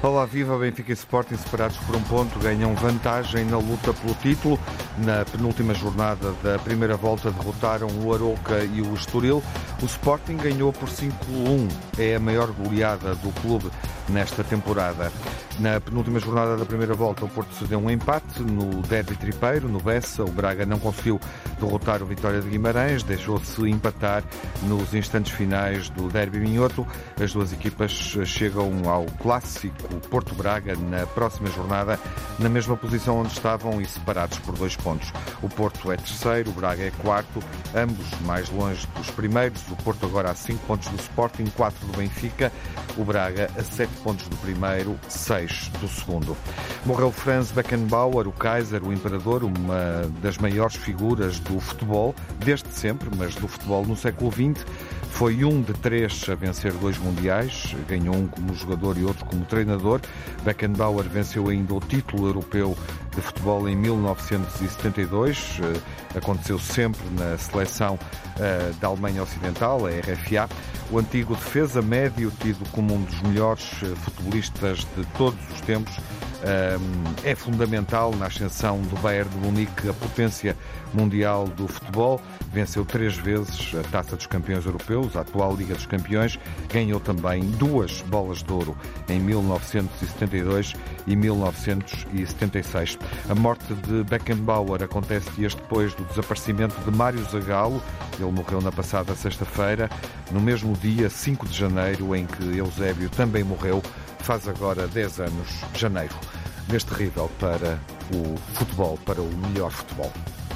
Olá, viva! Benfica e Sporting, separados por um ponto, ganham vantagem na luta pelo título. Na penúltima jornada da primeira volta derrotaram o Arouca e o Estoril. O Sporting ganhou por 5-1. É a maior goleada do clube nesta temporada. Na penúltima jornada da primeira volta, o Porto cedeu um empate no derby tripeiro, no Bessa. O Braga não conseguiu derrotar o Vitória de Guimarães, deixou-se empatar nos instantes finais do derby minhoto. As duas equipas chegam ao clássico Porto-Braga na próxima jornada, na mesma posição onde estavam e separados por 2 pontos. O Porto é terceiro, o Braga é quarto, ambos mais longe dos primeiros. O Porto agora a 5 pontos do Sporting, 4 do Benfica. O Braga a 7 pontos do primeiro, 6 do segundo. Morreu Franz Beckenbauer, o Kaiser, o Imperador, uma das maiores figuras do futebol, desde sempre, mas do futebol no século XX. Foi um de 3 a vencer 2 mundiais, ganhou um como jogador e outro como treinador. Beckenbauer venceu ainda o título europeu de futebol em 1972, aconteceu sempre na seleção da Alemanha Ocidental, a RFA. O antigo defesa médio, tido como um dos melhores futebolistas de todos os tempos, é fundamental na ascensão do Bayern de Munique, a potência mundial do futebol. Venceu 3 vezes a Taça dos Campeões Europeus, a atual Liga dos Campeões. Ganhou também 2 bolas de ouro em 1972 e 1976. A morte de Beckenbauer acontece dias depois do desaparecimento de Mário Zagallo. Ele morreu na passada sexta-feira, no mesmo dia, 5 de janeiro, em que Eusébio também morreu. Faz agora 10 anos, janeiro. Mês terrível para o futebol, para o melhor futebol.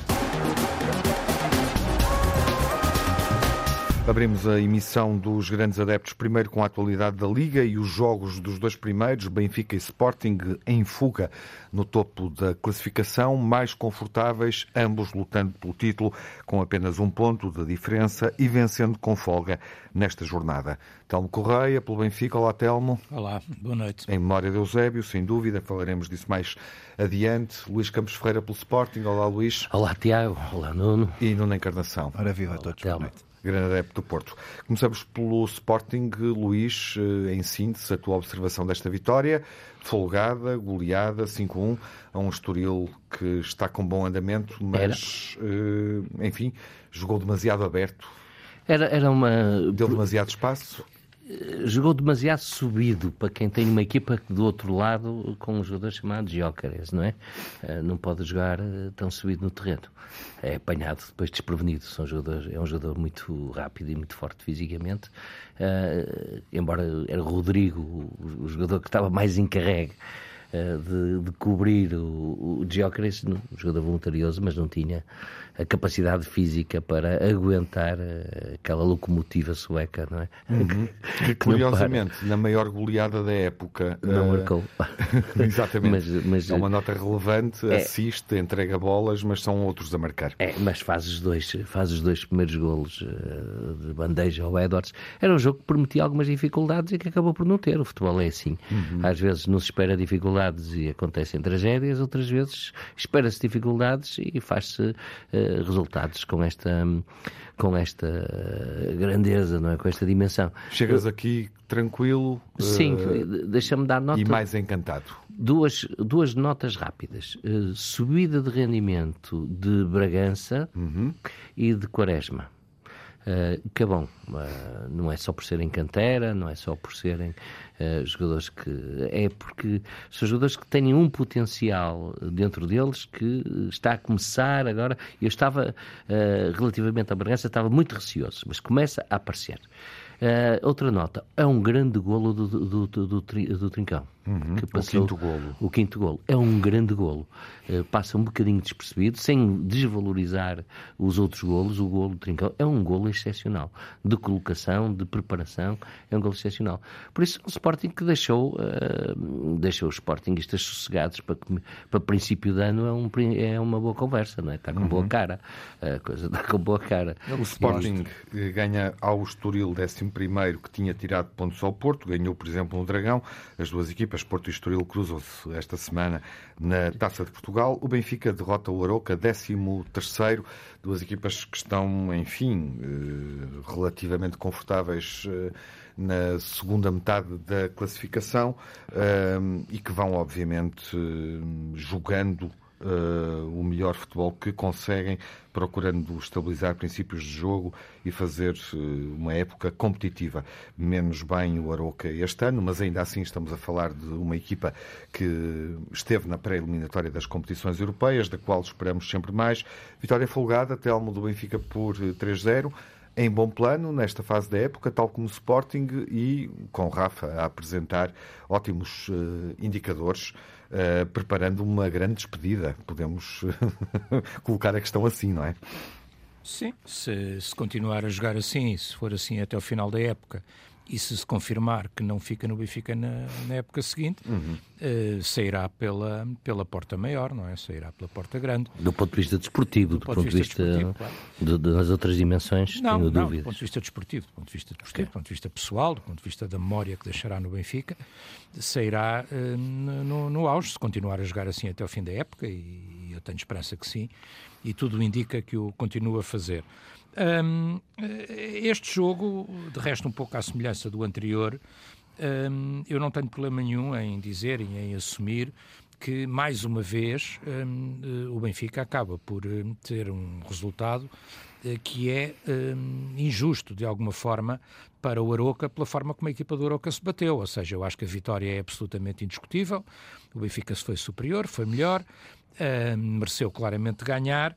Abrimos a emissão dos Grandes Adeptos, primeiro com a atualidade da Liga e os jogos dos 2 primeiros, Benfica e Sporting, em fuga no topo da classificação, mais confortáveis, ambos lutando pelo título, com apenas 1 ponto de diferença e vencendo com folga nesta jornada. Telmo Correia, pelo Benfica. Olá, Telmo. Olá, boa noite. Em memória de Eusébio, sem dúvida, falaremos disso mais adiante. Luís Campos Ferreira, pelo Sporting. Olá, Luís. Olá, Tiago. Olá, Nuno. E Nuno Encarnação. Ora, viva a todos. Telmo. Grande adepto do Porto. Começamos pelo Sporting. Luís, em síntese, a tua observação desta vitória, folgada, goleada, 5-1, a um Estoril que está com bom andamento, mas, enfim, jogou demasiado aberto. Deu demasiado espaço. Jogou demasiado subido para quem tem uma equipa do outro lado com um jogador chamado Gyökeres, não é? Não pode jogar tão subido no terreno. É apanhado, depois desprevenido. É um jogador muito rápido e muito forte fisicamente. Embora era o Rodrigo, o jogador que estava mais encarregue de cobrir o Gyökeres, um jogador voluntarioso, mas não tinha a capacidade física para aguentar aquela locomotiva sueca, não é? Uhum. Que curiosamente, na maior goleada da época... Não marcou. Exatamente. Mas é uma nota relevante, assiste, entrega bolas, mas são outros a marcar. Mas faz os dois primeiros golos de bandeja ao Edwards. Era um jogo que prometia algumas dificuldades e que acabou por não ter. O futebol é assim. Uhum. Às vezes não se espera dificuldades e acontecem tragédias, outras vezes espera-se dificuldades e faz-se resultados com esta grandeza, não é? Com esta dimensão. Chegas aqui tranquilo. Sim, deixa-me dar nota. E mais encantado. Duas notas rápidas. Subida de rendimento de Bragança e de Quaresma. Que é bom, não é só por serem cantera, não é só por serem jogadores que... É porque são jogadores que têm um potencial dentro deles que está a começar agora. Eu estava, relativamente à Bragança, estava muito receoso, mas começa a aparecer. Outra nota, é um grande golo do Trincão. Que passou, o quinto golo. É um grande golo. Passa um bocadinho despercebido, sem desvalorizar os outros golos. O golo do Trincão é um golo excepcional. De colocação, de preparação, é um golo excepcional. Por isso, o Sporting que deixou os sportinguistas sossegados para princípio de ano é uma boa conversa, não é? Está com boa cara. A coisa está com boa cara. O Sporting ganha ao Estoril 11º, que tinha tirado pontos ao Porto. Ganhou, por exemplo, no Dragão. As duas equipas equipas Porto e Estoril cruzam-se esta semana na Taça de Portugal. O Benfica derrota o Arouca, 13º. Duas equipas que estão, enfim, relativamente confortáveis na segunda metade da classificação e que vão, obviamente, jogando o melhor futebol que conseguem, procurando estabilizar princípios de jogo e fazer uma época competitiva. Menos bem o Arouca este ano, mas ainda assim estamos a falar de uma equipa que esteve na pré-eliminatória das competições europeias, da qual esperamos sempre mais. Vitória folgada, Telmo, do Benfica por 3-0. Em bom plano, nesta fase da época, tal como o Sporting, e com Rafa a apresentar ótimos indicadores, preparando uma grande despedida. Podemos colocar a questão assim, não é? Sim, se continuar a jogar assim, se for assim até o final da época, e se confirmar que não fica no Benfica na época seguinte, sairá pela porta maior, não é? Sairá pela porta grande. Do ponto de vista desportivo, do ponto de vista claro. Das outras dimensões, tenho dúvidas. Do ponto de vista desportivo, do ponto de vista pessoal, do ponto de vista da memória que deixará no Benfica, sairá no auge, se continuar a jogar assim até o fim da época, e eu tenho esperança que sim, e tudo indica que o continua a fazer. Este jogo, de resto um pouco à semelhança do anterior, eu não tenho problema nenhum em dizer e em assumir que, mais uma vez, o Benfica acaba por ter um resultado que é injusto, de alguma forma, para o Arouca, pela forma como a equipa do Arouca se bateu. Ou seja, eu acho que a vitória é absolutamente indiscutível, o Benfica se foi superior, foi melhor, mereceu claramente ganhar.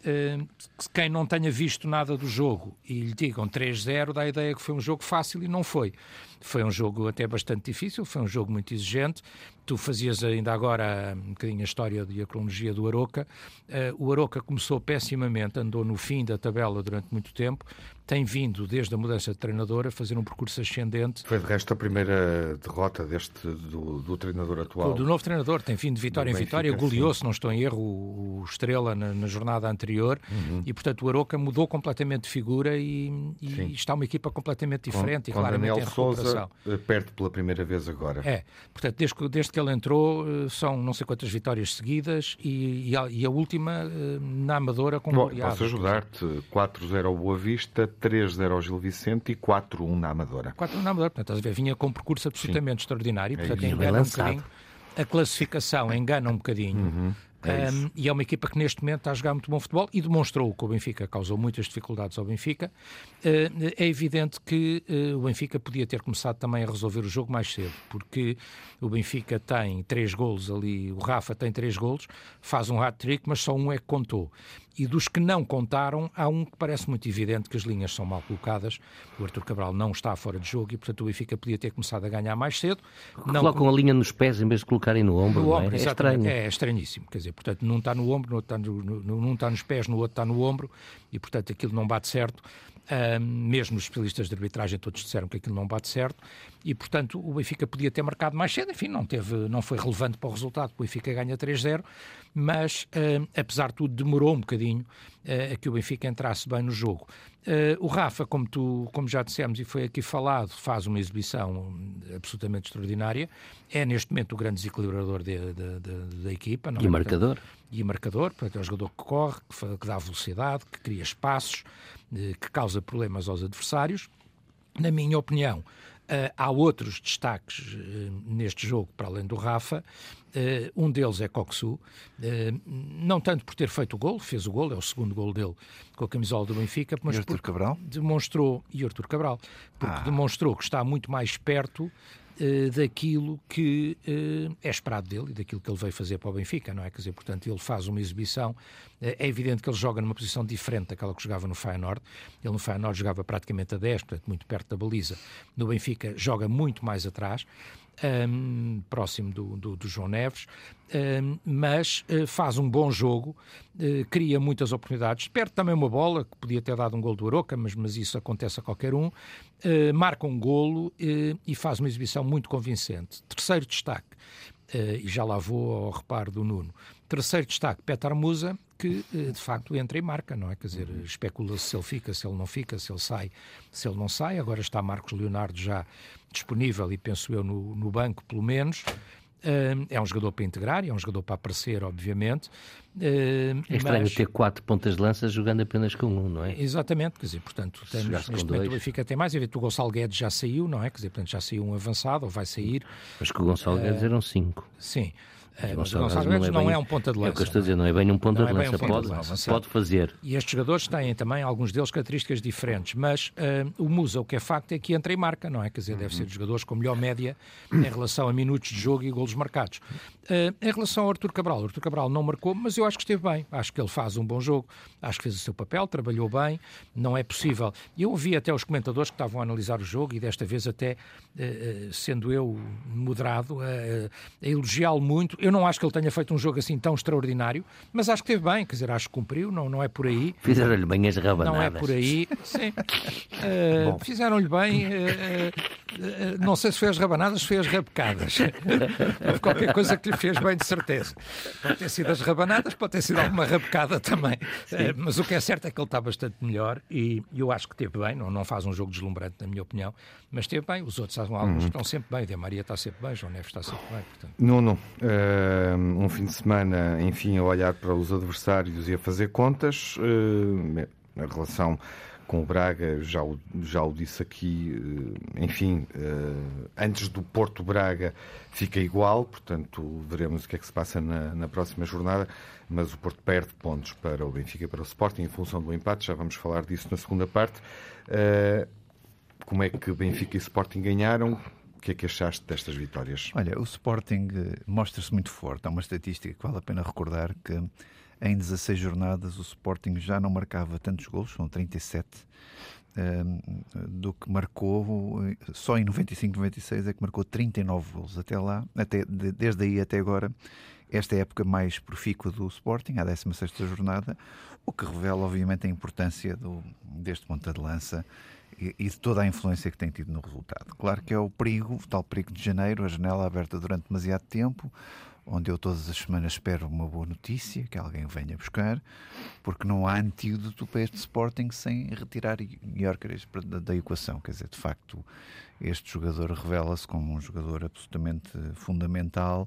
Quem não tenha visto nada do jogo e lhe digam 3-0, dá a ideia que foi um jogo fácil, e não foi. Foi um jogo até bastante difícil, foi um jogo muito exigente. Tu fazias ainda agora um bocadinho a história e a cronologia do Arouca. O Arouca começou pessimamente, andou no fim da tabela durante muito tempo, tem vindo, desde a mudança de treinador, a fazer um percurso ascendente. Foi, de resto, a primeira derrota do treinador atual. Do novo treinador, tem vindo de vitória em vitória, goleou, se não estou em erro, o Estrela na jornada anterior, e, portanto, o Arouca mudou completamente de figura e está uma equipa completamente diferente e claramente Daniel em recuperação. Sousa perde pela primeira vez agora. Portanto, desde que ele entrou, são não sei quantas vitórias seguidas e a última na Amadora com goleada. Posso ajudar-te. 4-0 ao Boa Vista, 3-0 ao Gil Vicente e 4-1 na Amadora. 4-1 na Amadora, portanto, estás a ver, vinha com um percurso absolutamente extraordinário, portanto, engana um bocadinho. A classificação engana um bocadinho. E é uma equipa que neste momento está a jogar muito bom futebol e demonstrou que o Benfica causou muitas dificuldades ao Benfica. É evidente que o Benfica podia ter começado também a resolver o jogo mais cedo, porque o Benfica tem 3 golos ali, o Rafa tem 3 golos, faz um hat-trick, mas só um é que contou. E dos que não contaram, há um que parece muito evidente, que as linhas são mal colocadas. O Artur Cabral não está fora de jogo e, portanto, o Benfica podia ter começado a ganhar mais cedo. Colocam a linha nos pés em vez de colocarem no ombro, não é? É estranho. É estranhíssimo. Quer dizer, portanto, num está no ombro, no outro num está nos pés, no outro está no ombro, e, portanto, aquilo não bate certo. Mesmo os especialistas de arbitragem todos disseram que aquilo não bate certo, e, portanto, o Benfica podia ter marcado mais cedo. Enfim, não foi relevante para o resultado. O Benfica ganha 3-0, mas, apesar de tudo, demorou um bocadinho a que o Benfica entrasse bem no jogo. O Rafa, como já dissemos e foi aqui falado, faz uma exibição absolutamente extraordinária. É, neste momento, o grande desequilibrador da equipa. Não e marcador. E marcador, portanto, é um jogador que corre, que dá velocidade, que cria espaços, que causa problemas aos adversários. Na minha opinião, há outros destaques neste jogo, para além do Rafa. Um deles é Coxu, não tanto por ter feito o gol, fez o gol, é o segundo gol dele com a camisola do Benfica, mas Artur Cabral? E Artur Cabral, porque demonstrou que está muito mais perto daquilo que é esperado dele e daquilo que ele veio fazer para o Benfica, não é? Quer dizer, portanto, ele faz uma exibição. É evidente que ele joga numa posição diferente daquela que jogava no Feyenoord. Ele no Feyenoord jogava praticamente a 10, portanto, muito perto da baliza. No Benfica joga muito mais atrás, próximo do João Neves, mas faz um bom jogo, cria muitas oportunidades, perde também uma bola, que podia ter dado um golo do Arouca, mas isso acontece a qualquer um, marca um golo e faz uma exibição muito convincente. Terceiro destaque, e já lá vou ao reparo do Nuno. Terceiro destaque, Petar Musa, que, de facto, entra e marca, não é? Quer dizer, especula-se se ele fica, se ele não fica, se ele sai, se ele não sai. Agora está Marcos Leonardo já disponível e, penso eu, no banco, pelo menos. É um jogador para integrar, é um jogador para aparecer, obviamente. É estranho ter 4 pontas de lança jogando apenas com um, não é? Exatamente, quer dizer, portanto, temos, neste momento o Benfica tem mais, o Gonçalo Guedes já saiu, não é? Quer dizer, portanto, já saiu um avançado, ou vai sair. Mas com o Gonçalo Guedes eram 5. Sim. Mas o Gonçalo Guedes não é um ponta de lança. É o que eu estou a dizer, não é bem um ponta de lança, pode fazer. E estes jogadores têm também, alguns deles, características diferentes, mas o Musa, o que é facto, é que entra e marca, não é? Quer dizer, deve ser dos jogadores com melhor média em relação a minutos de jogo e golos marcados. Em relação ao Artur Cabral não marcou, mas eu acho que esteve bem. Acho que ele faz um bom jogo, acho que fez o seu papel, trabalhou bem, não é possível. Eu ouvi até os comentadores que estavam a analisar o jogo e desta vez até, sendo eu moderado, a elogiá-lo muito. Eu não acho que ele tenha feito um jogo assim tão extraordinário, mas acho que esteve bem, quer dizer, acho que cumpriu, não é por aí. Fizeram-lhe bem as rabanadas. Não é por aí, sim. Fizeram-lhe bem, não sei se foi as rabanadas, se foi as rabecadas. Houve qualquer coisa que lhe fez bem, de certeza. Pode ter sido as rabanadas, pode ter sido alguma rabecada também. Mas o que é certo é que ele está bastante melhor e eu acho que esteve bem, não faz um jogo deslumbrante, na minha opinião, mas esteve bem. Os outros, alguns estão sempre bem, De Maria está sempre bem, João Neves está sempre bem. Portanto. Nuno, um fim de semana, enfim, a olhar para os adversários e a fazer contas, a relação com o Braga, já o disse aqui, enfim, antes do Porto-Braga fica igual, portanto veremos o que é que se passa na próxima jornada, mas o Porto perde pontos para o Benfica e para o Sporting em função do empate, já vamos falar disso na segunda parte. Como é que Benfica e Sporting ganharam? O que é que achaste destas vitórias? Olha, o Sporting mostra-se muito forte. Há uma estatística que vale a pena recordar, que em 16 jornadas o Sporting já não marcava tantos golos, são 37, do que marcou, só em 95-96 é que marcou 39 golos. Até lá, desde aí até agora, esta é a época mais profícua do Sporting, a 16ª jornada, o que revela obviamente a importância deste ponta de lança e de toda a influência que tem tido no resultado. Claro que é o tal perigo de janeiro, a janela aberta durante demasiado tempo, onde eu todas as semanas espero uma boa notícia, que alguém venha buscar, porque não há antídoto para este Sporting sem retirar Gyökeres da equação. Quer dizer, de facto, este jogador revela-se como um jogador absolutamente fundamental,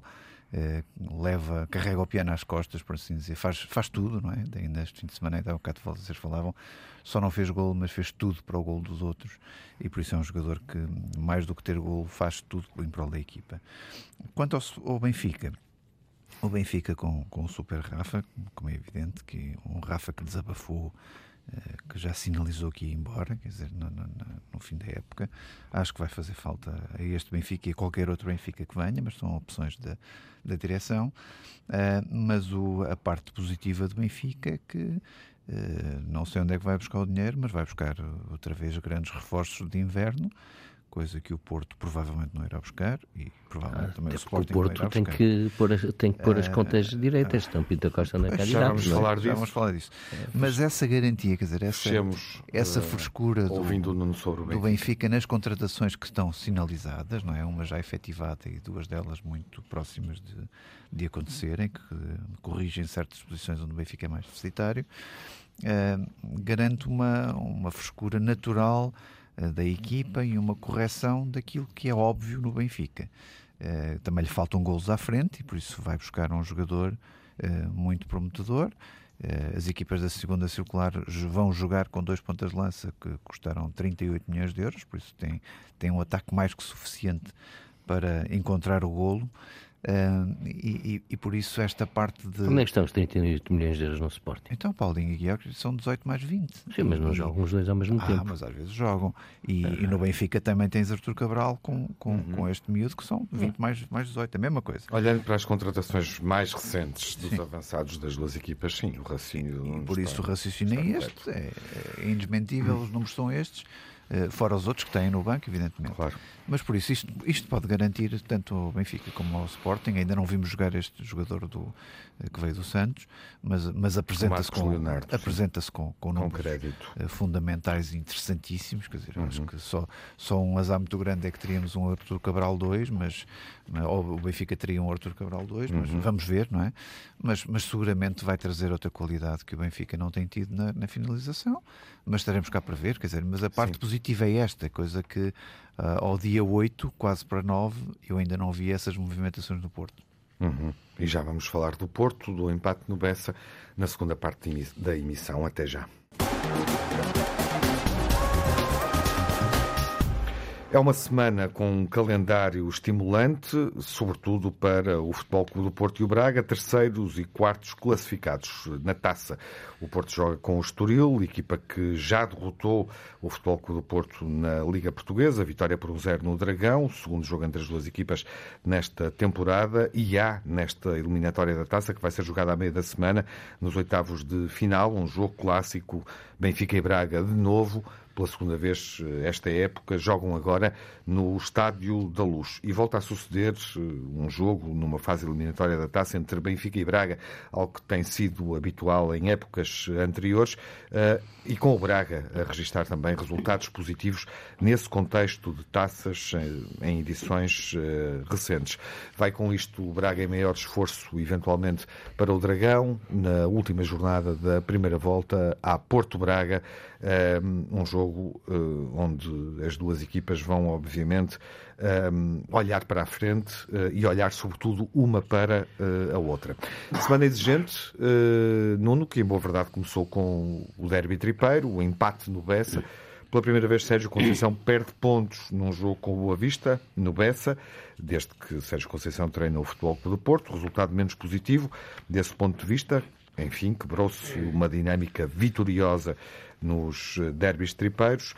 carrega o piano às costas, por assim dizer, faz tudo, não é? Ainda este fim de semana, há um bocado vocês falavam, só não fez golo, mas fez tudo para o golo dos outros, e por isso é um jogador que, mais do que ter golo, faz tudo em prol da equipa. Quanto ao Benfica, o Benfica com o Super Rafa, como é evidente, que um Rafa que desabafou, que já sinalizou que ia embora, quer dizer, no fim da época, acho que vai fazer falta a este Benfica e a qualquer outro Benfica que venha, mas são opções da direção. Mas a parte positiva do Benfica é que não sei onde é que vai buscar o dinheiro, mas vai buscar outra vez grandes reforços de inverno, coisa que o Porto provavelmente não irá buscar e provavelmente também o Sporting não irá buscar. O Porto tem que pôr as contas direitas, estão Pinto Costa na candidato. Já vamos falar disso. Mas essa garantia, quer dizer, essa frescura do Benfica nas contratações que estão sinalizadas, não é? Uma já efetivada e duas delas muito próximas de acontecerem, que corrigem certas posições onde o Benfica é mais deficitário, garante uma frescura natural da equipa e uma correção daquilo que é óbvio no Benfica. Também lhe faltam golos à frente e por isso vai buscar um jogador muito prometedor. As equipas da segunda circular vão jogar com 2 pontas de lança que custaram 38 milhões de euros, por isso tem um ataque mais que suficiente para encontrar o golo. E por isso esta parte de... Onde é que estão os 38 milhões de euros no Sporting? Então Paulinho e Gyökeres são 18 mais 20. Sim, mas não jogam os dois ao mesmo tempo. Mas às vezes jogam. E no Benfica também tens Artur Cabral com este miúdo, que são 20 mais 18, a mesma coisa. Olhando para as contratações mais recentes dos avançados das duas equipas, sim, o raciocínio... Por isso o raciocínio é este, é indesmentível, os números são estes. fora os outros que têm no banco, evidentemente. Claro. Mas por isso, isto pode garantir tanto ao Benfica como ao Sporting. Ainda não vimos jogar este jogador que veio do Santos, mas apresenta-se com números fundamentais interessantíssimos. Quer dizer, acho que só um azar muito grande é que teríamos um Artur Cabral 2, ou o Benfica teria um Artur Cabral 2, mas vamos ver, não é? Mas seguramente vai trazer outra qualidade que o Benfica não tem tido na finalização, mas estaremos cá para ver, quer dizer, mas a parte positiva é esta, coisa que ao dia 8, quase para 9, eu ainda não vi essas movimentações no Porto. E já vamos falar do Porto, do empate no Bessa, na segunda parte da emissão. Até já. É uma semana com um calendário estimulante, sobretudo para o Futebol Clube do Porto e o Braga, terceiros e quartos classificados na taça. O Porto joga com o Estoril, equipa que já derrotou o Futebol Clube do Porto na Liga Portuguesa, vitória por 1-0 no Dragão, o segundo jogo entre as duas equipas nesta temporada, e há nesta eliminatória da taça, que vai ser jogada à meia da semana, nos oitavos de final, um jogo clássico, Benfica e Braga de novo, pela segunda vez esta época, jogam agora no Estádio da Luz. E volta a suceder um jogo numa fase eliminatória da taça entre Benfica e Braga, algo que tem sido habitual em épocas anteriores, e com o Braga a registrar também resultados positivos nesse contexto de taças em edições recentes. Vai com isto o Braga em maior esforço, eventualmente, para o Dragão, na última jornada da primeira volta à Porto Braga, um jogo onde as duas equipas vão, obviamente, olhar para a frente e olhar, sobretudo, uma para a outra. Semana exigente, Nuno, que em boa verdade começou com o derby tripeiro, o empate no Bessa. Pela primeira vez, Sérgio Conceição perde pontos num jogo com o Boa Vista, no Bessa, desde que Sérgio Conceição treina o Futebol Clube do Porto. Resultado menos positivo, desse ponto de vista. Enfim, quebrou-se uma dinâmica vitoriosa nos derbys tripeiros.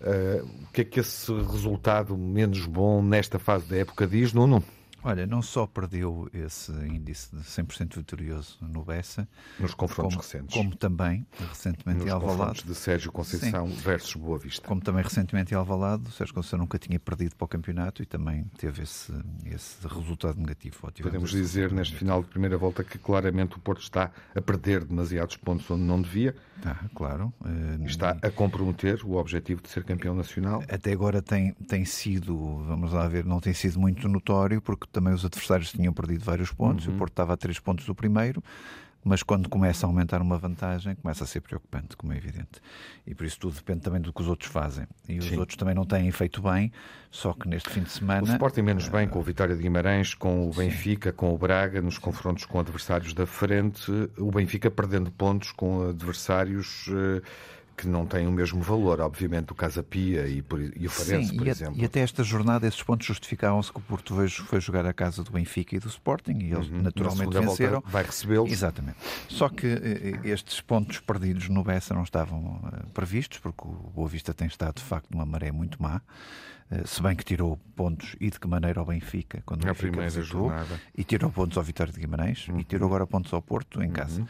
O que é que esse resultado menos bom nesta fase da época diz, Nuno? Olha, não só perdeu esse índice de 100% vitorioso no Bessa, nos confrontos recentes, como também recentemente em Alvalade, nos confrontos de Sérgio Conceição versus Boa Vista. Como também recentemente em Alvalade, o Sérgio Conceição nunca tinha perdido para o campeonato e também teve esse resultado negativo. Podemos dizer neste final de primeira volta que claramente o Porto está a perder demasiados pontos onde não devia. Claro. Está a comprometer o objetivo de ser campeão nacional. Até agora tem sido, vamos lá ver, não tem sido muito notório, porque também os adversários tinham perdido vários pontos, o Porto estava a 3 pontos do primeiro, mas quando começa a aumentar uma vantagem, começa a ser preocupante, como é evidente. E por isso tudo depende também do que os outros fazem. E os outros também não têm feito bem, só que neste fim de semana... O Sporting menos bem com o Vitória de Guimarães, com o Benfica, com o Braga, nos confrontos com adversários da frente, o Benfica perdendo pontos com adversários... que não têm o mesmo valor, obviamente, o Casa Pia e o Farense, por exemplo. E até esta jornada esses pontos justificavam-se que o Porto foi jogar à casa do Benfica e do Sporting e eles naturalmente venceram. Vai recebê-los. Exatamente. Só que estes pontos perdidos no Bessa não estavam previstos, porque o Boa Vista tem estado, de facto, numa maré muito má. Se bem que tirou pontos, e de que maneira ao Benfica, quando o Benfica visitou, e tirou pontos ao Vitória de Guimarães, e tirou agora pontos ao Porto, em casa.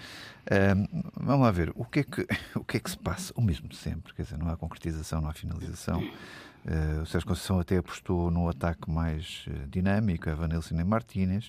Vamos lá ver, o que é que se passa? O mesmo de sempre, quer dizer, não há concretização, não há finalização. O Sérgio Conceição até apostou no ataque mais dinâmico, a Vanilson e Martínez.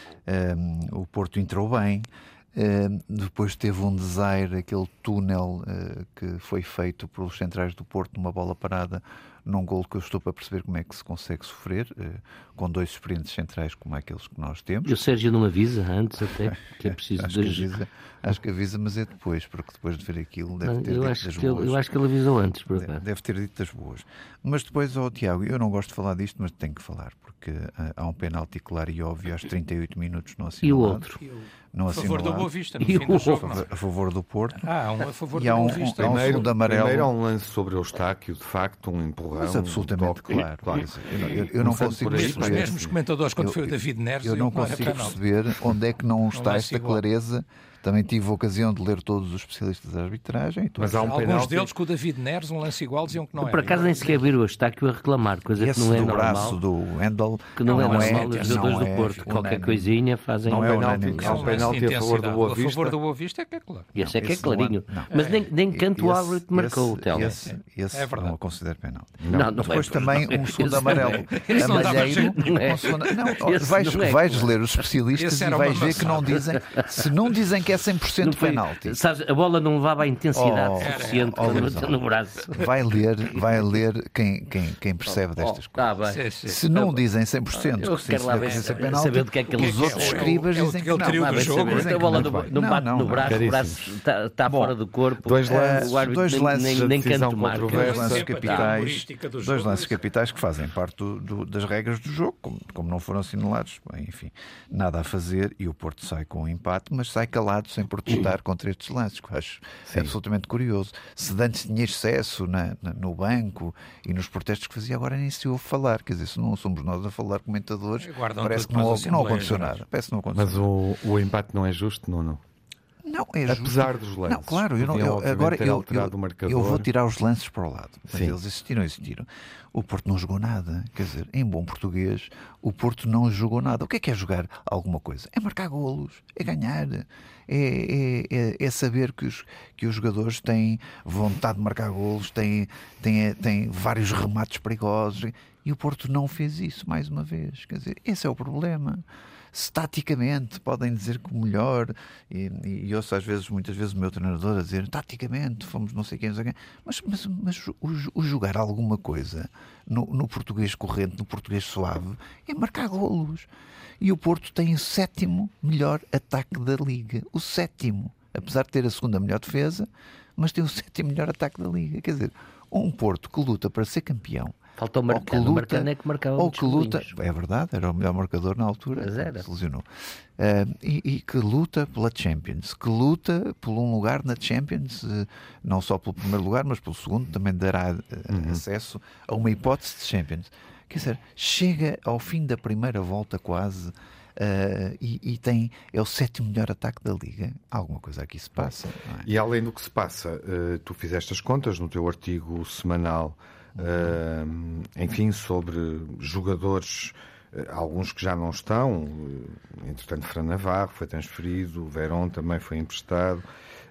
O Porto entrou bem. Depois teve um desaire, aquele túnel que foi feito pelos centrais do Porto, numa bola parada, num golo que eu estou para perceber como é que se consegue sofrer, com 2 experientes centrais como aqueles que nós temos. E o Sérgio não avisa antes até, que é preciso... Acho que avisa, mas é depois, porque depois de ver aquilo deve ter dito das boas. Eu acho que ele avisou antes, por acaso. Deve ter dito das boas. Mas depois, Tiago, eu não gosto de falar disto, mas tenho que falar, porque há um penalti claro e óbvio aos 38 minutos não assinalado. E o outro? A favor do Boa Vista, no fim do jogo. A favor do Porto. A favor do Boa Vista. Primeiro há um lance sobre o Eustáquio, de facto, um empurrão. Mas absolutamente claro. Eu não consigo perceber. Os mesmos comentadores, quando foi o David Neres, eu não consigo perceber onde é que não está esta clareza também tive a ocasião de ler todos os especialistas da arbitragem. Mas há um Alguns penalti. deles, com o David Neres, um lance igual, diziam que não era. Por acaso nem sequer viram o Estáquio a reclamar, coisa Esse que não é do normal. braço do Wendel, Que não é normal os não jogadores do é Porto. Qualquer unânime. coisinha fazem Não é unânime. unânime. Há um penalti a favor do Boa A Vista. favor do Boa Vista é que é claro. Esse é que é Esse não é- clarinho. não. Mas nem canto o árbitro marcou o Telmo. Esse É verdade. não o considero penalti. Não Depois é também verdade. um segundo Esse amarelo Esse não dava amalheiro. jeito nenhum. Um segundo- Não, Esse vais, não é. vais ler os especialistas Esse e era vais uma ver que não dizem. Se não dizem que é 100% Não foi- penalti, Sabes, a bola não levava a intensidade Oh, suficiente oh, no braço. vai ler quem percebe destas coisas. Tá bem. Sim, sim. Se não dizem 100% Eu que quero lá ver, ser penalti, saber do que é que eles os outros escribas é o- dizem que é o não. trio Vai do ver, jogo. dizem A que bola não vai. não bate Não, no não. braço, o braço está Bom, fora do corpo. dois lances- o árbitro dois lances nem de decisão canto marca. controversa. Dois lances Sempre a capitais, humorística do dois jogo. lances capitais que fazem parte das regras do jogo, como não foram assinalados, bem, enfim, nada a fazer, e o Porto sai com um empate, mas sai calado sem protestar contra estes lances, que eu acho absolutamente curioso. Se de antes tinha excesso no banco e nos protestos que fazia, agora nem se ouve falar, quer dizer, se não somos nós a falar comentadores, Guardam parece tudo que para as não assembleias aconteceu gerais. nada. Parece que não aconteceu Mas nada. o empate não é justo, não. Não, é justo. Apesar dos lances. Não, claro, Podiam, obviamente, agora ter alterado o marcador. eu vou tirar os lances para o lado. Mas Sim. eles existiram. O Porto não jogou nada. Quer dizer, em bom português, o Porto não jogou nada. O que é jogar alguma coisa? É marcar golos, é ganhar, é saber que os jogadores têm vontade de marcar golos, têm vários remates perigosos. E o Porto não fez isso, mais uma vez. Quer dizer, esse é o problema. Se taticamente podem dizer que o melhor, e ouço muitas vezes o meu treinador a dizer taticamente fomos não sei quem, mas o jogar alguma coisa no português corrente, no português suave, é marcar golos. E o Porto tem o 7º melhor ataque da Liga. O 7º, apesar de ter a 2ª melhor defesa, mas tem o 7º melhor ataque da Liga. Quer dizer, um Porto que luta para ser campeão, Falta o Marcano. O Marcano é que marcava ou muitos que luta, golinhos. é verdade, era o melhor marcador na altura, Mas era. se lesionou. E que luta pela Champions, que luta por um lugar na Champions, não só pelo primeiro lugar, mas pelo segundo, também dará acesso a uma hipótese de Champions. Quer dizer, chega ao fim da primeira volta quase, é o 7º melhor ataque da Liga. Alguma coisa aqui se passa, não é? E além do que se passa, tu fizeste as contas no teu artigo semanal, enfim, sobre jogadores, alguns que já não estão, entretanto Fran Navarro foi transferido, o Verón também foi emprestado,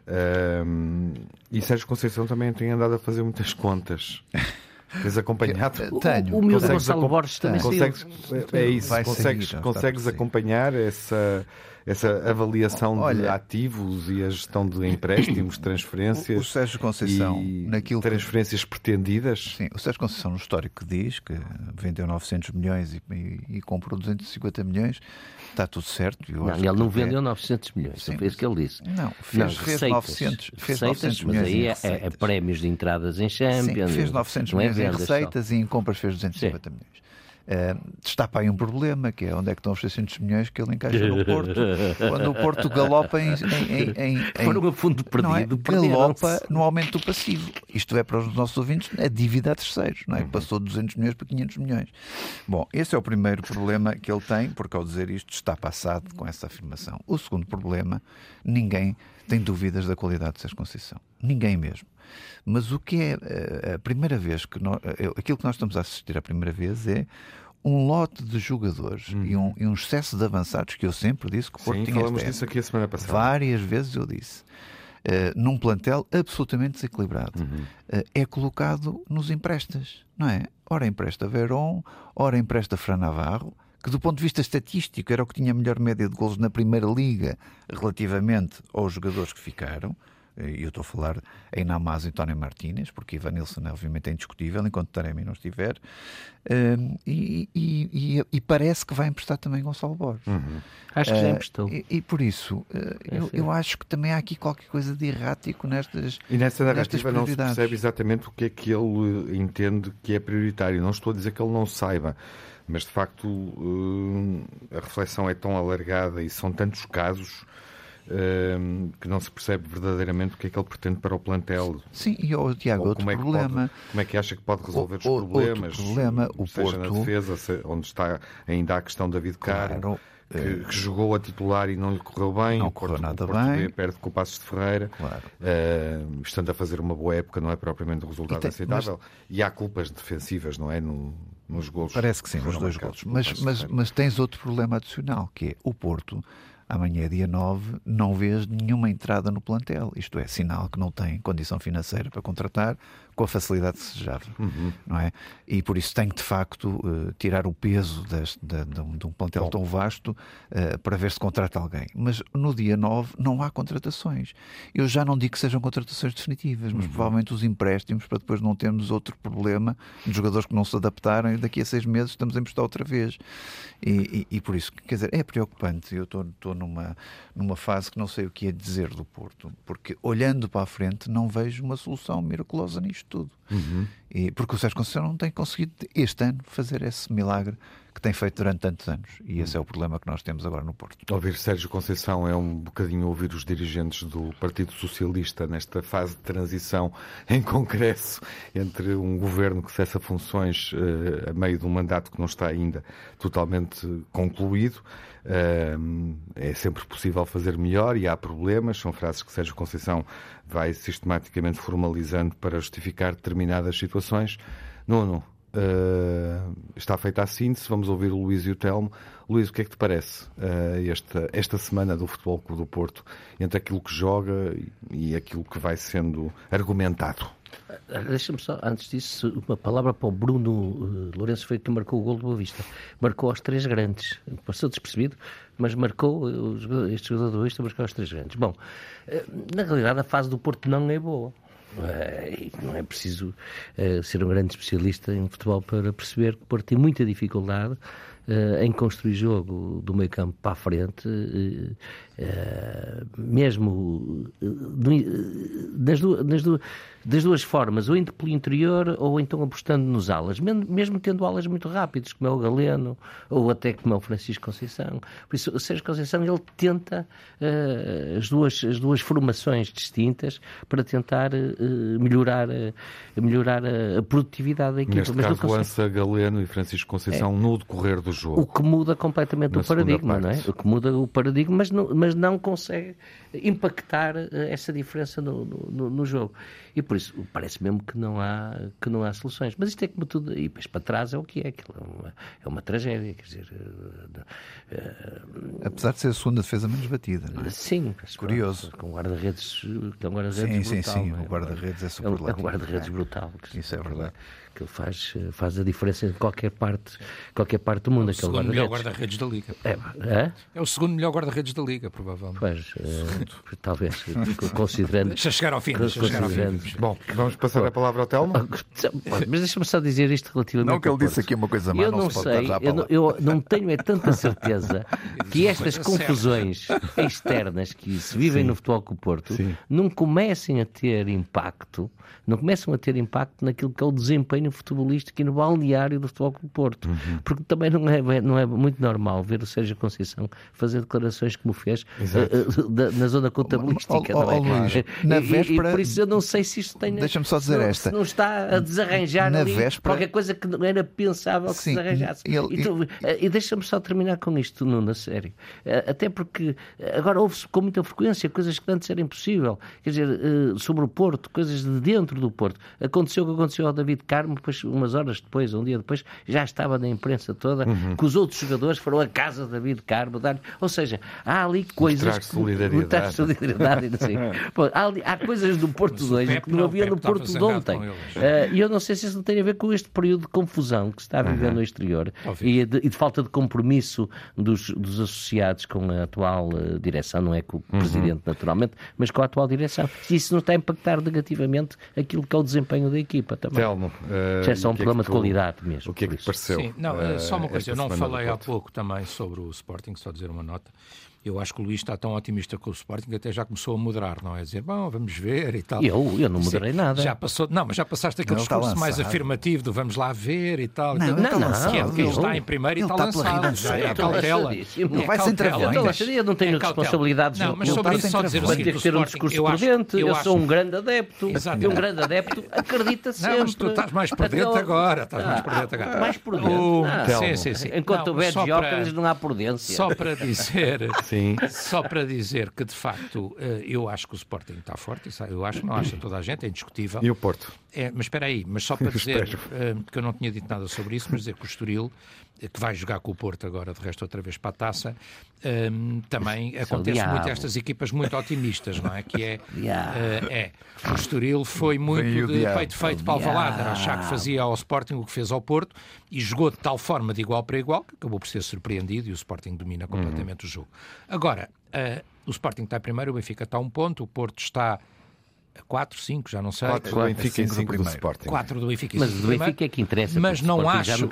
e Sérgio Conceição também tem andado a fazer muitas contas. Tens acompanhado? Tenho. O miúdo Consegues Gonçalo Borges também saiu. É isso, Vai consegues seguir, está por seguir. acompanhar essa avaliação de Olha, ativos e a gestão de empréstimos, transferências o Sérgio Conceição, e naquilo que- transferências pretendidas? Sim, o Sérgio Conceição, no histórico, que diz que vendeu 900 milhões e comprou 250 milhões, está tudo certo. Não, ele não vendeu 900 milhões, Sim, foi isso que ele disse. Não, fez receitas. 900 Receitas, milhões mas aí em é receitas. prémios de entradas em Sim, Champions. fez 900 não é milhões em vendas só. receitas e em compras fez 250 milhões. Destapa aí um problema, que é onde é que estão os 600 milhões que ele encaixa no Porto, quando o Porto galopa em Foram a fundo não é? perdido. Galopa no aumento do passivo. Isto é, para os nossos ouvintes, a dívida a terceiros, não é? Passou de 200 milhões para 500 milhões. Bom, esse é o primeiro problema que ele tem, porque ao dizer isto está passado com essa afirmação. O segundo problema, ninguém tem dúvidas da qualidade de Sérgio Conceição. Ninguém mesmo. Mas o que é a primeira vez aquilo que nós estamos a assistir a primeira vez é um lote de jogadores e um excesso de avançados, que eu sempre disse que o Porto Sim, tinha falamos esta disso aqui a semana passada. Várias vezes eu disse. Num plantel absolutamente desequilibrado. É colocado nos emprestas, não é? Ora empresta Verón, ora empresta Fran Navarro, que do ponto de vista estatístico era o que tinha a melhor média de golos na Primeira Liga relativamente aos jogadores que ficaram. E eu estou a falar em Namaz e Tony Martínez, porque Ivan Nilsson obviamente é indiscutível enquanto Taremi não estiver, e parece que vai emprestar também Gonçalo Borges. Acho que já emprestou. E por isso eu acho que também há aqui qualquer coisa de errático nestas E nessa narrativa não se prioridades. percebe exatamente o que é que ele entende que é prioritário. Não estou a dizer que ele não saiba, mas de facto a reflexão é tão alargada e são tantos casos que não se percebe verdadeiramente o que é que ele pretende para o plantel. Sim, e Tiago, outro problema. Como é que acha que pode resolver os problemas? Outro problema, o seja Porto, na defesa, onde está ainda a questão da David Carmo, que jogou a titular e não lhe correu bem. Não correu nada bem. O Porto B perde com o Passos de Ferreira. Claro. Estando a fazer uma boa época, não é propriamente um resultado aceitável. E há culpas defensivas, não é? Nos golos. Parece que sim, nos 2 golos. Mas tens outro problema adicional, que é o Porto, amanhã, dia 9, não vês nenhuma entrada no plantel. Isto é, sinal que não tem condição financeira para contratar com a facilidade desejava, não é? E por isso tem que, de facto, tirar o peso de um plantel tão vasto para ver se contrata alguém. Mas no dia 9 não há contratações. Eu já não digo que sejam contratações definitivas, mas provavelmente os empréstimos, para depois não termos outro problema de jogadores que não se adaptaram e daqui a 6 meses estamos a emprestar outra vez. E por isso, quer dizer, é preocupante. Eu estou numa fase que não sei o que é dizer do Porto, porque olhando para a frente não vejo uma solução miraculosa nisto tudo. Porque o Sérgio Conceição não tem conseguido este ano fazer esse milagre que tem feito durante tantos anos, e esse é o problema que nós temos agora no Porto. Ouvir Sérgio Conceição é um bocadinho ouvir os dirigentes do Partido Socialista nesta fase de transição em congresso entre um governo que cessa funções a meio de um mandato que não está ainda totalmente concluído. É sempre possível fazer melhor e há problemas, são frases que Sérgio Conceição vai sistematicamente formalizando para justificar determinadas situações. Nuno, está feita a síntese, vamos ouvir o Luís e o Telmo. Luís, o que é que te parece esta semana do Futebol Clube do Porto, entre aquilo que joga e aquilo que vai sendo argumentado? Deixa-me só, antes disso, uma palavra para o Bruno Lourenço, foi que marcou o gol do Boa Vista. Marcou aos 3 grandes. Passou despercebido, mas marcou, este jogador do Boa Vista marcou aos 3 grandes. Bom, na realidade a fase do Porto não é boa. Não é preciso ser um grande especialista em futebol para perceber que o Porto tem muita dificuldade em construir jogo do meio campo para a frente, mesmo das duas formas, ou indo pelo interior ou então apostando nos alas, mesmo tendo alas muito rápidos, como é o Galeno ou até como é o Francisco Conceição. Por isso o Sérgio Conceição, ele tenta as duas formações distintas para tentar melhorar a produtividade da equipa. Neste caso lança Galeno e Francisco Conceição no decorrer do jogo. O que muda completamente o paradigma, não é? O que muda o paradigma, mas não consegue impactar essa diferença no jogo. E por isso parece mesmo que não há soluções. Mas isto é como tudo, e depois para trás é o que é. É uma tragédia, quer dizer... Apesar de ser a segunda defesa menos batida, não é? Sim. Curioso. Com guarda-redes brutal. Sim, o guarda-redes é superlativo. É um guarda-redes brutal. Isso é verdade. Que faz a diferença em qualquer parte do mundo. É o segundo melhor guarda-redes da Liga. É o segundo melhor guarda-redes da Liga, provavelmente. Pois, talvez, considerando... Deixa chegar ao fim. Bom, vamos passar a palavra ao Telmo. Mas deixa-me só dizer isto relativamente... Não, que ele disse aqui uma coisa má, não se pode dar eu não tenho tanta certeza que estas confusões externas que se vivem no Futebol Clube do Porto não começam a ter impacto naquilo que é o desempenho desempenho futebolístico e no balneário do Futebol Clube do Porto. Porque também não é muito normal ver o Sérgio Conceição fazer declarações como fez na zona contabilística. Luís, na véspera, e por isso eu não sei se isto tem... Deixa-me só dizer esta. Se não está a desarranjar ali qualquer coisa que não era pensável que se desarranjasse. E deixa-me só terminar com isto, Nuno, a sério. Até porque agora ouve-se com muita frequência coisas que antes era impossível. Quer dizer, sobre o Porto, coisas de dentro do Porto. Aconteceu o que aconteceu ao David Carmo, depois, umas horas depois, um dia depois, já estava na imprensa toda, que os outros jogadores foram à casa de David Carmo dar-lhe. Ou seja, há ali coisas... Mostrar solidariedade. Assim. Pô, há coisas do Porto de hoje que não havia no Porto de ontem. E eu não sei se isso não tem a ver com este período de confusão que se está a viver no exterior e de falta de compromisso dos associados com a atual direção, não é com o Presidente naturalmente, mas com a atual direção. E isso não está a impactar negativamente aquilo que é o desempenho da equipa também. Telmo, já é só um problema de qualidade mesmo. O que é que te pareceu? Sim, só uma coisa, eu não falei há pouco também sobre o Sporting, só dizer uma nota. Eu acho que o Luís está tão otimista com o Sporting que até já começou a moderar, não é? Dizer, bom, vamos ver e tal. Eu não moderei nada. Já passou, não, mas já passaste aquele discurso mais afirmativo do vamos lá ver e tal. Não, que ele está em primeiro e está lançado. Já é cautela. Não vai sem trabalhos. Eu não tenho responsabilidades. Não, mas sobre isso só dizer o seguinte, ter um discurso prudente. Eu sou um grande adepto. E um grande adepto acredita sempre. Não, mas tu estás mais por dentro agora. Mais por dentro. Sim. Enquanto houver Jóqueres, não há prudência. Só para dizer que, de facto, eu acho que o Sporting está forte. Eu acho, não acha toda a gente, é indiscutível. E o Porto? Mas espera aí, mas só para dizer, que eu não tinha dito nada sobre isso, mas dizer que o Estoril, que vai jogar com o Porto agora, de resto outra vez para a taça, também acontece muito estas equipas muito otimistas, não é? Que o Estoril foi muito de peito feito para Alvalade, era achar que fazia ao Sporting o que fez ao Porto e jogou de tal forma de igual para igual que acabou por ser surpreendido e o Sporting domina completamente o jogo. Agora, o Sporting está em primeiro, o Benfica está a 1 ponto, o Porto está a 4, 5, já não sei. 4 do Benfica e 5 do Sporting. 4 do Benfica e 5 do Benfica. Mas do Benfica é que interessa. Mas não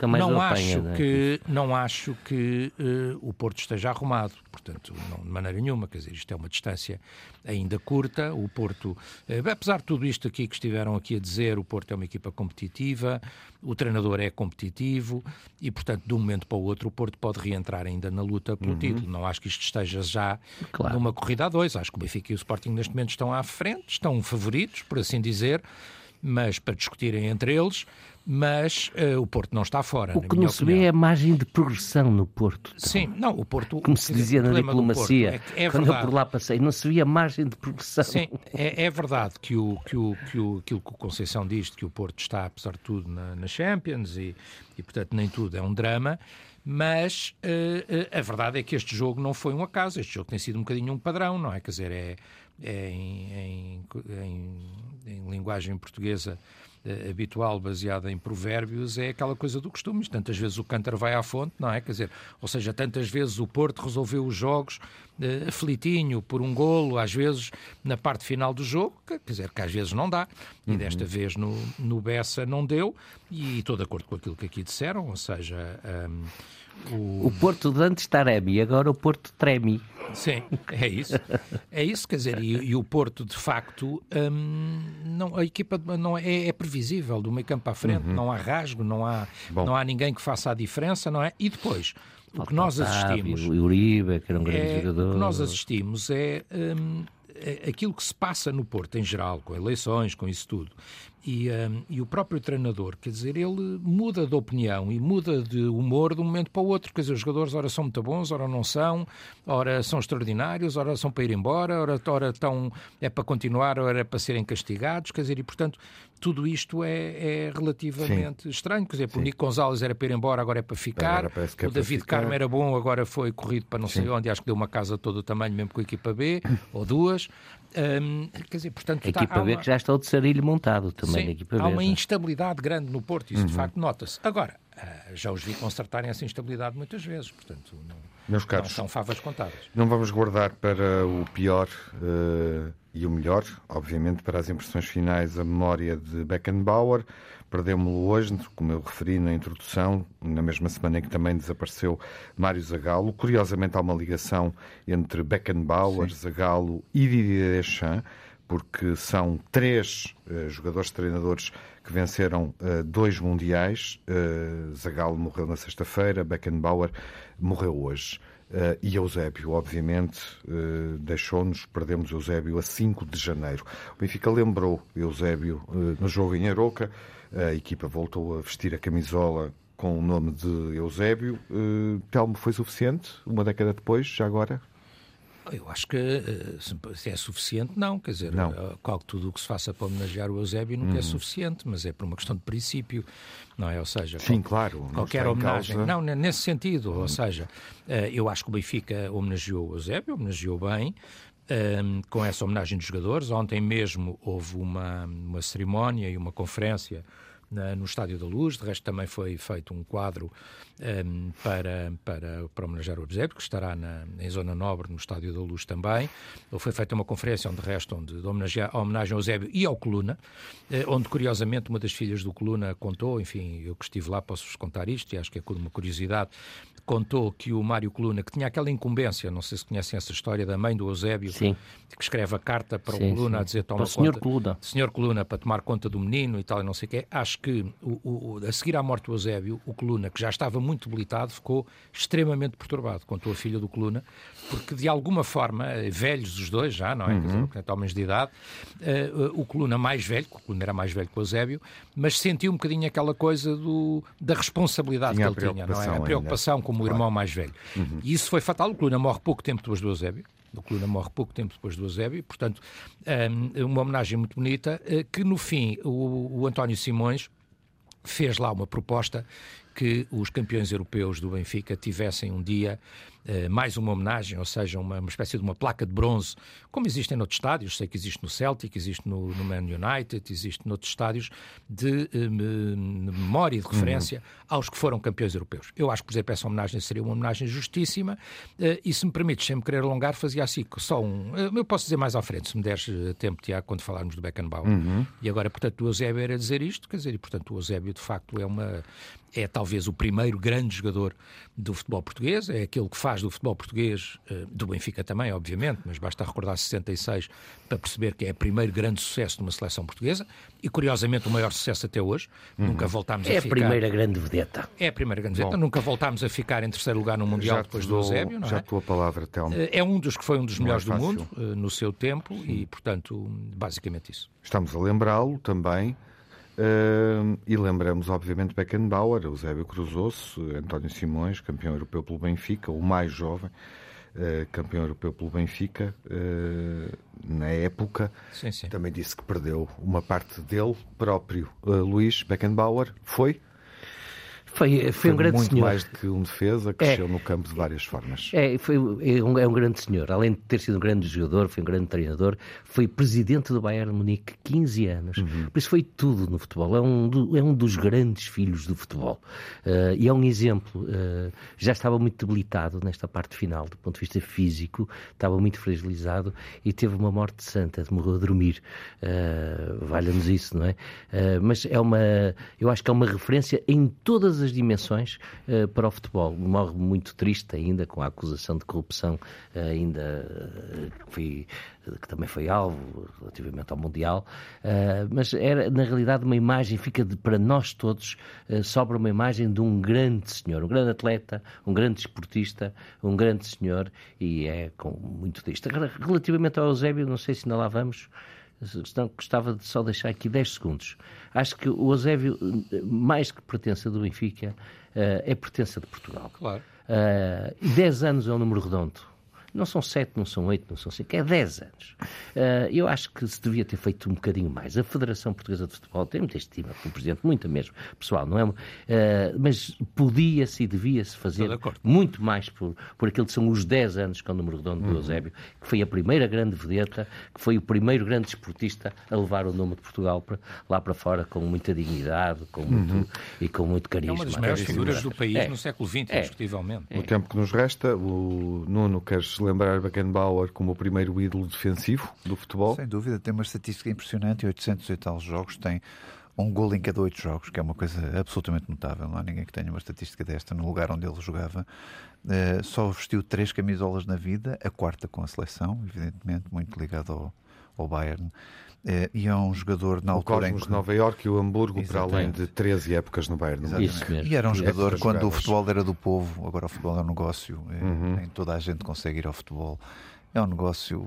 acho que o Porto esteja arrumado. Portanto, não, de maneira nenhuma. Quer dizer, isto é uma distância ainda curta. O Porto, apesar de tudo isto aqui que estiveram aqui a dizer, o Porto é uma equipa competitiva, o treinador é competitivo e, portanto, de um momento para o outro, o Porto pode reentrar ainda na luta pelo título. Não acho que isto esteja já numa corrida a 2. Acho que o Benfica e o Sporting neste momento estão à frente, estão favoritos, por assim dizer, mas para discutirem entre eles, mas o Porto não está fora. O que não se vê é a margem de progressão no Porto. Então. Sim, não, o Porto... Como se dizia na diplomacia, quando eu por lá passei, não se via a margem de progressão. Sim, é verdade que aquilo que o Conceição diz, que o Porto está, apesar de tudo, na Champions e, portanto, nem tudo é um drama, mas a verdade é que este jogo não foi um acaso, este jogo tem sido um bocadinho um padrão, não é? Quer dizer, em linguagem portuguesa habitual, baseada em provérbios, é aquela coisa do costume. Tantas vezes o cântaro vai à fonte, não é? Quer dizer, ou seja, tantas vezes o Porto resolveu os jogos aflitinho por um golo, às vezes na parte final do jogo, quer dizer, que às vezes não dá. E desta vez no Bessa não deu, e estou de acordo com aquilo que aqui disseram, ou seja... O Porto de antes treme, agora o Porto treme. Sim, é isso. É isso, quer dizer, e o Porto, de facto, a equipa não é previsível do meio campo à frente, não há rasgo, não há ninguém que faça a diferença, não é? E depois, o que nós assistimos... O Uribe, que era um grande jogador. O que nós assistimos é aquilo que se passa no Porto, em geral, com eleições, com isso tudo. E o próprio treinador, quer dizer, ele muda de opinião e muda de humor de um momento para o outro. Quer dizer, os jogadores ora são muito bons, ora não são, ora são extraordinários, ora são para ir embora, ora estão, é para continuar, ora é para serem castigados. Quer dizer, e portanto, tudo isto é relativamente estranho. Quer dizer, o Nico Gonzalez era para ir embora, agora é para ficar. O David Carmo era bom, agora foi corrido para não sei onde. Acho que deu uma casa todo o tamanho, mesmo com a equipa B, ou duas. Quer dizer, portanto, a equipa B que já está o terceirilho montado também. Sim, há uma instabilidade grande no Porto, isso de facto nota-se. Agora, já os vi constatarem essa instabilidade muitas vezes, portanto, meus caros, não são favas contadas. Não vamos guardar para o pior e o melhor, obviamente, para as impressões finais, a memória de Beckenbauer. Perdemos-lo hoje, como eu referi na introdução, na mesma semana em que também desapareceu Mário Zagallo. Curiosamente, há uma ligação entre Beckenbauer, Zagallo e Didier Deschamps, porque são 3 jogadores, treinadores que venceram 2 mundiais. Zagallo morreu na sexta-feira, Beckenbauer morreu hoje. E Eusébio, obviamente, deixou-nos, perdemos Eusébio a 5 de janeiro. O Benfica lembrou Eusébio no jogo em Aroca, a equipa voltou a vestir a camisola com o nome de Eusébio. Telmo, foi suficiente? Uma década depois, já agora? Eu acho que se é suficiente, não. Quer dizer, tudo o que se faça para homenagear o Eusébio nunca é suficiente, mas é por uma questão de princípio, não é? Ou seja, sim, claro, qualquer homenagem. Não, nesse sentido, ou seja, eu acho que o Benfica homenageou o Eusébio, homenageou bem, com essa homenagem dos jogadores. Ontem mesmo houve uma cerimónia e uma conferência no Estádio da Luz. De resto, também foi feito um quadro para homenagear o Eusébio, que estará em Zona Nobre, no Estádio da Luz também. Foi feita uma conferência de homenagem ao Eusébio e ao Coluna, onde, curiosamente, uma das filhas do Coluna contou, enfim, eu que estive lá posso-vos contar isto, e acho que é uma curiosidade, contou que o Mário Coluna, que tinha aquela incumbência, não sei se conhecem essa história, da mãe do Eusébio, sim, que escreve a carta para o Coluna a dizer toma conta... Senhor Coluna, para tomar conta do menino e tal, e não sei o quê. Acho que, a seguir à morte do Eusébio, o Coluna, que já estava muito debilitado, ficou extremamente perturbado, contou a filha do Coluna, porque de alguma forma, velhos os dois já, não é? Quer dizer, homens de idade, o Coluna mais velho, o Coluna era mais velho que o Eusébio, mas sentiu um bocadinho aquela coisa da responsabilidade que ele tinha, não é? A preocupação como o irmão mais velho. E isso foi fatal. O Coluna morre pouco tempo depois do Eusébio. O Coluna morre pouco tempo depois do Eusébio, portanto, uma homenagem muito bonita, que no fim o António Simões fez lá uma proposta que os campeões europeus do Benfica tivessem um dia mais uma homenagem, ou seja, uma espécie de uma placa de bronze, como existem noutros estádios, sei que existe no Celtic, existe no Man United, existe noutros estádios, de memória e de referência aos que foram campeões europeus. Eu acho que, por exemplo, essa homenagem seria uma homenagem justíssima, e se me permites, sem me querer alongar, fazia assim, só eu posso dizer mais à frente, se me deres tempo, Tiago, quando falarmos do Beckenbauer. E agora, portanto, o Eusébio era dizer isto, quer dizer, e portanto o Eusébio, de facto, é talvez o primeiro grande jogador do futebol português, é aquele que faz do futebol português, do Benfica também, obviamente, mas basta recordar 66 para perceber que é o primeiro grande sucesso de uma seleção portuguesa, e curiosamente o maior sucesso até hoje. Nunca voltámos a ficar... É a primeira grande vedeta. É a primeira grande vedeta. Nunca voltámos a ficar em terceiro lugar no Mundial depois do Eusébio, não é? Já a tua palavra, Telmo. É um dos que foi um dos melhores do mundo, no seu tempo, e, portanto, basicamente isso. Estamos a lembrá-lo também. E lembramos, obviamente, Beckenbauer, Eusébio cruzou-se, António Simões, campeão europeu pelo Benfica, o mais jovem campeão europeu pelo Benfica, na época. Sim, sim. Também disse que perdeu uma parte dele próprio. Luís Beckenbauer foi um grande muito senhor. Mais do que um defesa, cresceu no campo de várias formas. É um grande senhor. Além de ter sido um grande jogador, foi um grande treinador, foi presidente do Bayern Munique 15 anos. Por isso foi tudo no futebol. É um dos grandes filhos do futebol. E é um exemplo. Já estava muito debilitado nesta parte final, do ponto de vista físico, estava muito fragilizado e teve uma morte santa, morreu a dormir. Valha-nos isso, não é? Mas eu acho que é uma referência em todas as dimensões para o futebol. Morre muito triste ainda, com a acusação de corrupção que também foi alvo relativamente ao Mundial, mas era na realidade uma imagem, para nós todos, sobra uma imagem de um grande senhor, um grande atleta, um grande desportista, um grande senhor, e é com muito triste. Relativamente ao Eusébio, não sei se ainda lá vamos, gostava de só deixar aqui 10 segundos. Acho que o Eusébio, mais que pertença do Benfica, é pertença de Portugal. Claro. 10 anos é um número redondo. Não são 7, não são 8, não são 5, é 10 anos. Eu acho que se devia ter feito um bocadinho mais. A Federação Portuguesa de Futebol tem muita estima pelo Presidente, muita mesmo, pessoal, não é? Mas podia-se e devia-se fazer muito mais por aquilo que são os 10 anos, que é o número redondo do Eusébio, que foi a primeira grande vedeta, que foi o primeiro grande desportista a levar o nome de Portugal lá para fora, com muita dignidade e com muito carisma. É uma das maiores figuras do país no século XX, indiscutivelmente. No tempo que nos resta, o Nuno, queres lembrar Beckenbauer como o primeiro ídolo defensivo do futebol? Sem dúvida, tem uma estatística impressionante, 800 e tal jogos, tem um golo em cada 8 jogos, que é uma coisa absolutamente notável. Não há ninguém que tenha uma estatística desta no lugar onde ele jogava. Só vestiu 3 camisolas na vida, a 4ª com a seleção, evidentemente, muito ligado ao Bayern. E é um jogador na altura Cosmos de Nova Iorque e o Hamburgo, para além de 13 épocas no Bayern. Isso mesmo. E era um jogador, quando o futebol era do povo, agora o futebol é um negócio, nem toda a gente consegue ir ao futebol. É um negócio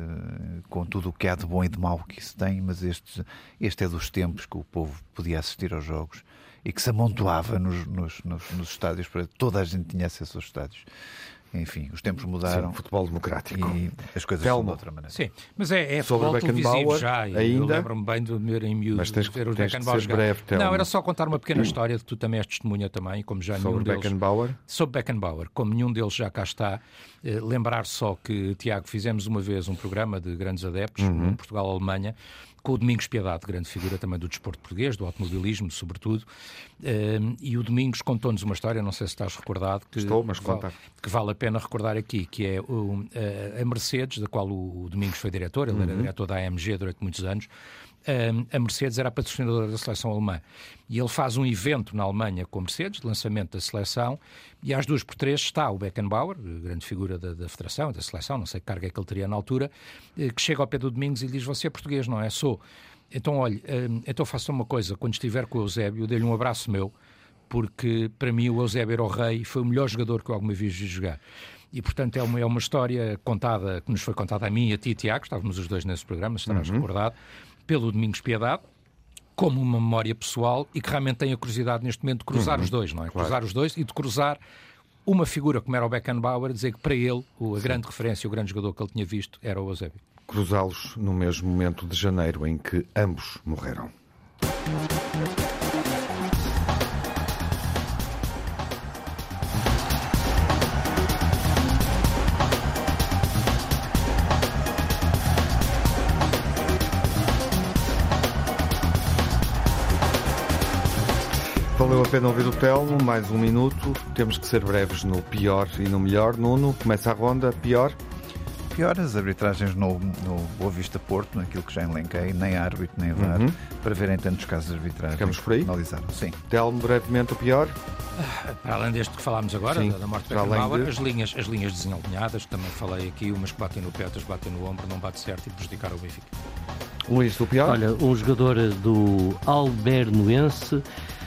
com tudo o que há de bom e de mau que isso tem, mas este é dos tempos que o povo podia assistir aos jogos e que se amontoava nos estádios, para toda a gente tinha acesso aos estádios. Enfim, os tempos mudaram. Sim, futebol democrático. E as coisas são de outra maneira. Sim, mas é sobre futebol televisivo já. Ainda? Eu lembro-me bem de ver em miúdo. Mas tens ver o de Beckenbauer ser breve, Não, era só contar uma pequena história de que tu também és testemunha também, como já sobre nenhum deles... Beckenbauer? Sobre Beckenbauer. Como nenhum deles já cá está. Lembrar só que, Tiago, fizemos uma vez um programa de grandes adeptos, em Portugal-Alemanha, com o Domingos Piedade, grande figura também do desporto português, do automobilismo, sobretudo, e o Domingos contou-nos uma história, não sei se estás recordado, que vale a pena recordar aqui, que é a Mercedes, da qual o Domingos foi diretor, ele era diretor da AMG durante muitos anos. A Mercedes era a patrocinadora da seleção alemã e ele faz um evento na Alemanha com a Mercedes, de lançamento da seleção, e às 2x3 está o Beckenbauer, grande figura da federação, da seleção, não sei que carga é que ele teria na altura, que chega ao pé do Domingos e lhe diz: você é português, não é? Sou. Então, olha, então faça uma coisa, quando estiver com o Eusébio, dê-lhe um abraço meu, porque para mim o Eusébio era o rei, foi o melhor jogador que eu alguma vez vi jogar. E, portanto, é uma história contada, que nos foi contada a mim e a ti, Tiago, estávamos os dois nesse programa, se estarás recordado, pelo Domingos Piedade, como uma memória pessoal, e que realmente tem a curiosidade neste momento de cruzar os dois, não é? Claro. Cruzar os dois e de cruzar uma figura como era o Beckenbauer, dizer que para ele a grande referência, o grande jogador que ele tinha visto era o Eusébio. Cruzá-los no mesmo momento de janeiro em que ambos morreram. Valeu a pena ouvir o Telmo, mais um minuto. Temos que ser breves no pior e no melhor. Nuno, começa a ronda. Pior? Pior as arbitragens no Boa Vista Porto, naquilo que já elenquei, nem árbitro, nem VAR, para verem tantos casos de arbitragem. Ficamos por aí? Analisaram. Sim. Telmo, brevemente o pior? Para além deste que falámos agora, da morte de Beckenbauer, as linhas desalinhadas, também falei aqui, umas que batem no pé, outras batem no ombro, não bate certo e prejudicaram o Benfica. Luís, o pior? Olha, um jogador do Albernoense,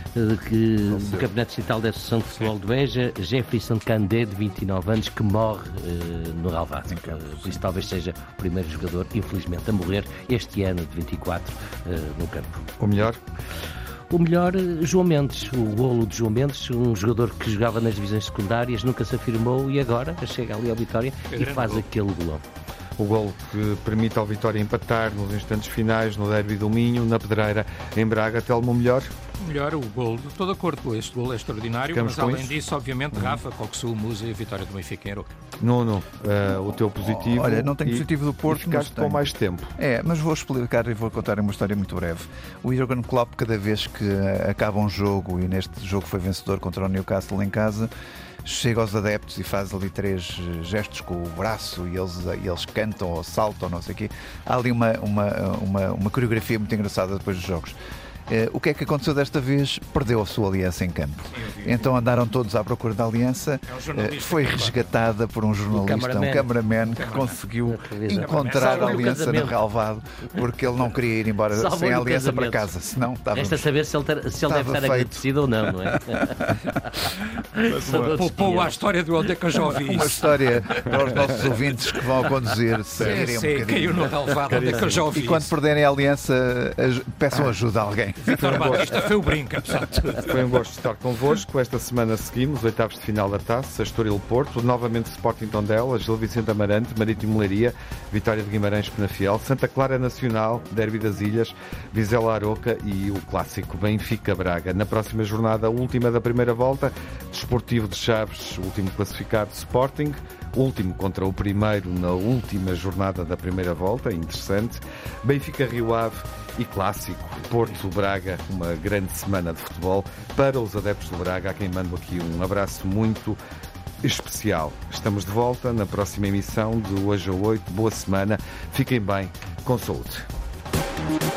do Campeonato Distrital da Associação de Futebol de Beja, Jefferson Candé, de 29 anos, que morre no relvado. Por isso talvez seja o primeiro jogador, infelizmente, a morrer este ano, de 24, no campo. O melhor? O melhor, João Mendes, o golo de João Mendes, um jogador que jogava nas divisões secundárias, nunca se afirmou e agora chega ali ao Vitória e faz aquele golão. O golo que permite ao Vitória empatar nos instantes finais no derby do Minho, na Pedreira, em Braga. Telmo, o melhor? Melhor, o golo. Estou de acordo com este golo, é extraordinário. Ficamos, mas além disso, obviamente, Rafa, Coxu, Musa e a vitória do Benfica em Aroca. Nuno, o teu positivo. Olha, não tenho positivo do Porto, mas com mais tempo. Mas vou explicar e vou contar uma história muito breve. O Jürgen Klopp, cada vez que acaba um jogo, e neste jogo foi vencedor contra o Newcastle em casa, chega aos adeptos e faz ali 3 gestos com o braço e eles cantam ou saltam, não sei o quê. Há ali uma coreografia muito engraçada depois dos jogos. O que é que aconteceu desta vez? Perdeu a sua aliança em campo. Então andaram todos à procura da aliança. Foi resgatada por um jornalista, um cameraman que conseguiu encontrar a aliança no relvado, porque ele não queria ir embora sem a aliança para casa. Senão estávamos... Resta saber se ele deve estar agradecido ou não, não é? Poupou a história do onde é que eu já ouvi isso. Uma história para os nossos ouvintes que vão a conduzir. Caiu no relvado, onde é que eu já ouvi isso. E quando perderem a aliança, peçam ajuda a alguém. Vitor Batista foi o brinco, apesar de tudo. Foi um gosto de estar convosco. Esta semana seguimos, oitavos de final da Taça, Estoril Porto, novamente Sporting Tondela, Gil Vicente Amarante, Marítimo Leiria, Vitória de Guimarães Penafiel, Santa Clara Nacional, Derby das Ilhas, Vizela Aroca e o clássico Benfica Braga. Na próxima jornada, a última da primeira volta, Desportivo de Chaves, o último classificado Sporting, último contra o primeiro na última jornada da primeira volta, interessante. Benfica Rio Ave e clássico Porto Braga, uma grande semana de futebol para os adeptos do Braga, a quem mando aqui um abraço muito especial. Estamos de volta na próxima emissão de hoje a 8. Boa semana, fiquem bem, com saúde.